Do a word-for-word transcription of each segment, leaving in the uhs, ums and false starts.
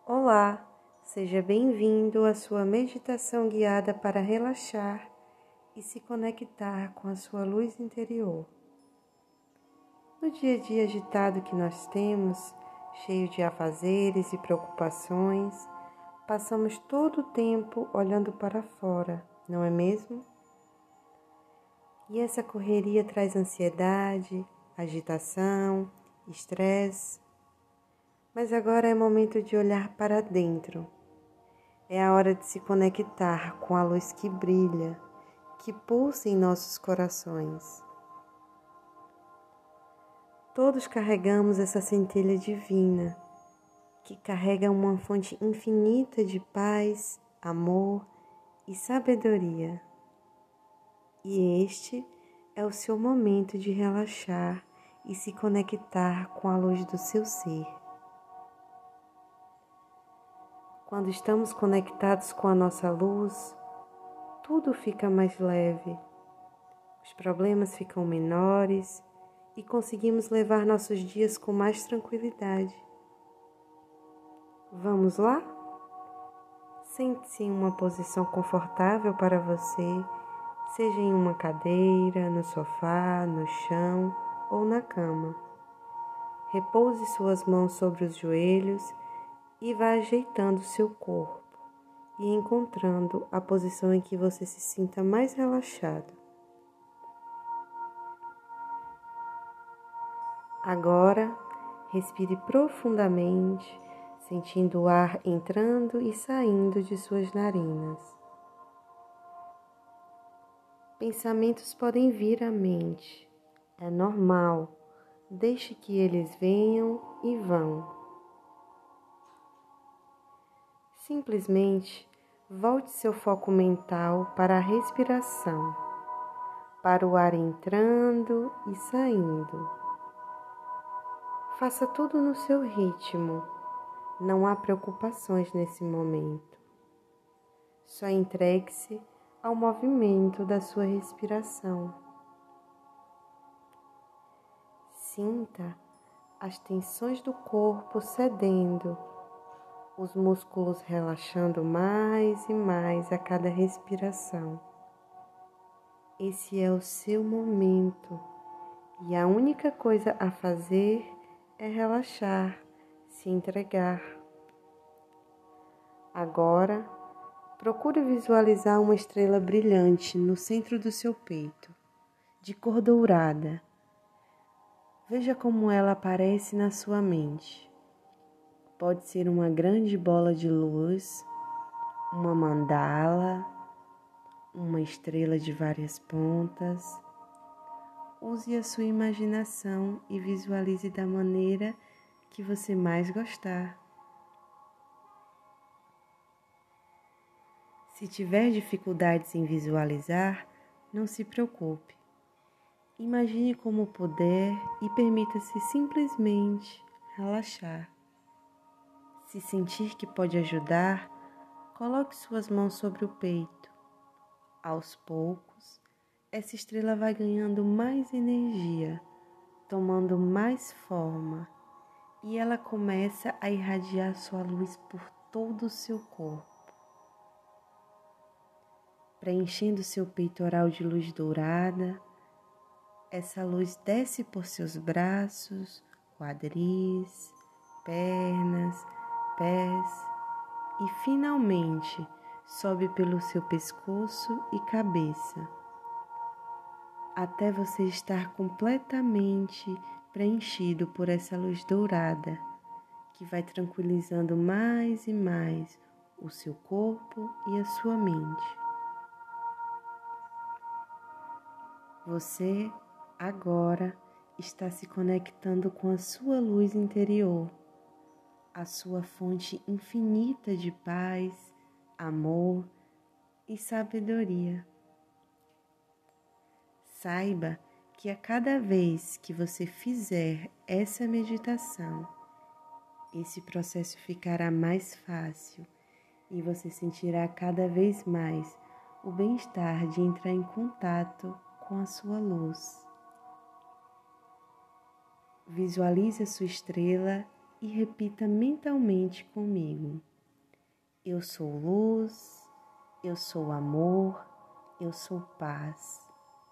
Olá, seja bem-vindo à sua meditação guiada para relaxar e se conectar com a sua luz interior. No dia a dia agitado que nós temos, cheio de afazeres e preocupações, passamos todo o tempo olhando para fora, não é mesmo? E essa correria traz ansiedade, agitação, estresse. Mas agora é momento de olhar para dentro. É a hora de se conectar com a luz que brilha, que pulsa em nossos corações. Todos carregamos essa centelha divina, que carrega uma fonte infinita de paz, amor e sabedoria. E este é o seu momento de relaxar e se conectar com a luz do seu ser. Quando estamos conectados com a nossa luz, tudo fica mais leve, os problemas ficam menores e conseguimos levar nossos dias com mais tranquilidade. Vamos lá? Sente-se em uma posição confortável para você, seja em uma cadeira, no sofá, no chão ou na cama. Repouse suas mãos sobre os joelhos e vá ajeitando seu corpo e encontrando a posição em que você se sinta mais relaxado. Agora, respire profundamente, sentindo o ar entrando e saindo de suas narinas. Pensamentos podem vir à mente, é normal, deixe que eles venham e vão. Simplesmente volte seu foco mental para a respiração, para o ar entrando e saindo. Faça tudo no seu ritmo, não há preocupações nesse momento. Só entregue-se ao movimento da sua respiração. Sinta as tensões do corpo cedendo, os músculos relaxando mais e mais a cada respiração. Esse é o seu momento e a única coisa a fazer é relaxar, se entregar. Agora, procure visualizar uma estrela brilhante no centro do seu peito, de cor dourada. Veja como ela aparece na sua mente. Pode ser uma grande bola de luz, uma mandala, uma estrela de várias pontas. Use a sua imaginação e visualize da maneira que você mais gostar. Se tiver dificuldades em visualizar, não se preocupe. Imagine como puder e permita-se simplesmente relaxar. Se sentir que pode ajudar, coloque suas mãos sobre o peito. Aos poucos, essa estrela vai ganhando mais energia, tomando mais forma, e ela começa a irradiar sua luz por todo o seu corpo, preenchendo seu peitoral de luz dourada. Essa luz desce por seus braços, quadris, pernas, pés e finalmente sobe pelo seu pescoço e cabeça, até você estar completamente preenchido por essa luz dourada, que vai tranquilizando mais e mais o seu corpo e a sua mente. Você agora está se conectando com a sua luz interior, a sua fonte infinita de paz, amor e sabedoria. Saiba que a cada vez que você fizer essa meditação, esse processo ficará mais fácil e você sentirá cada vez mais o bem-estar de entrar em contato com a sua luz. Visualize a sua estrela e repita mentalmente comigo: eu sou luz, eu sou amor, eu sou paz.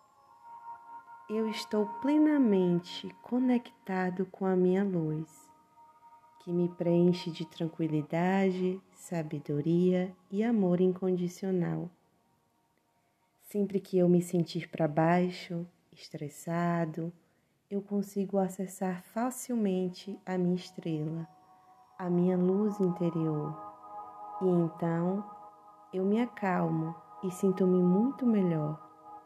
Eu estou plenamente conectado com a minha luz, que me preenche de tranquilidade, sabedoria e amor incondicional. Sempre que eu me sentir para baixo, estressado, eu consigo acessar facilmente a minha estrela, a minha luz interior. E então eu me acalmo e sinto-me muito melhor.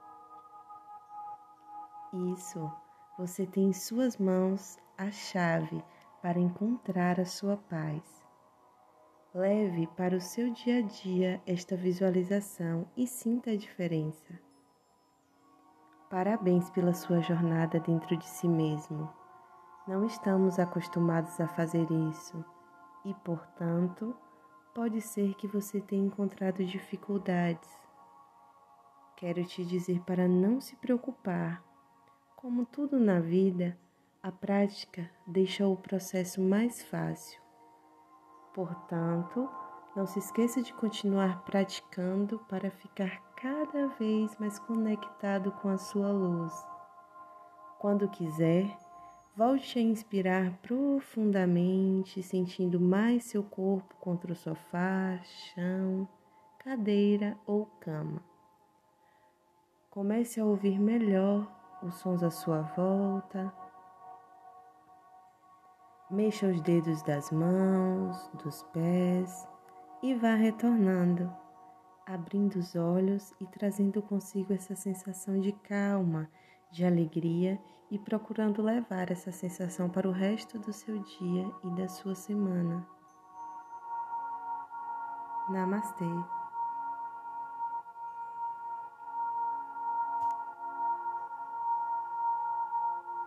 Isso, você tem em suas mãos a chave para encontrar a sua paz. Leve para o seu dia a dia esta visualização e sinta a diferença. Parabéns pela sua jornada dentro de si mesmo. Não estamos acostumados a fazer isso e, portanto, pode ser que você tenha encontrado dificuldades. Quero te dizer para não se preocupar. Como tudo na vida, a prática deixa o processo mais fácil. Portanto, não se esqueça de continuar praticando para ficar cada vez mais conectado com a sua luz. Quando quiser, volte a inspirar profundamente, sentindo mais seu corpo contra o sofá, chão, cadeira ou cama. Comece a ouvir melhor os sons à sua volta. Mexa os dedos das mãos, dos pés e vá retornando, abrindo os olhos e trazendo consigo essa sensação de calma, de alegria e procurando levar essa sensação para o resto do seu dia e da sua semana. Namastê!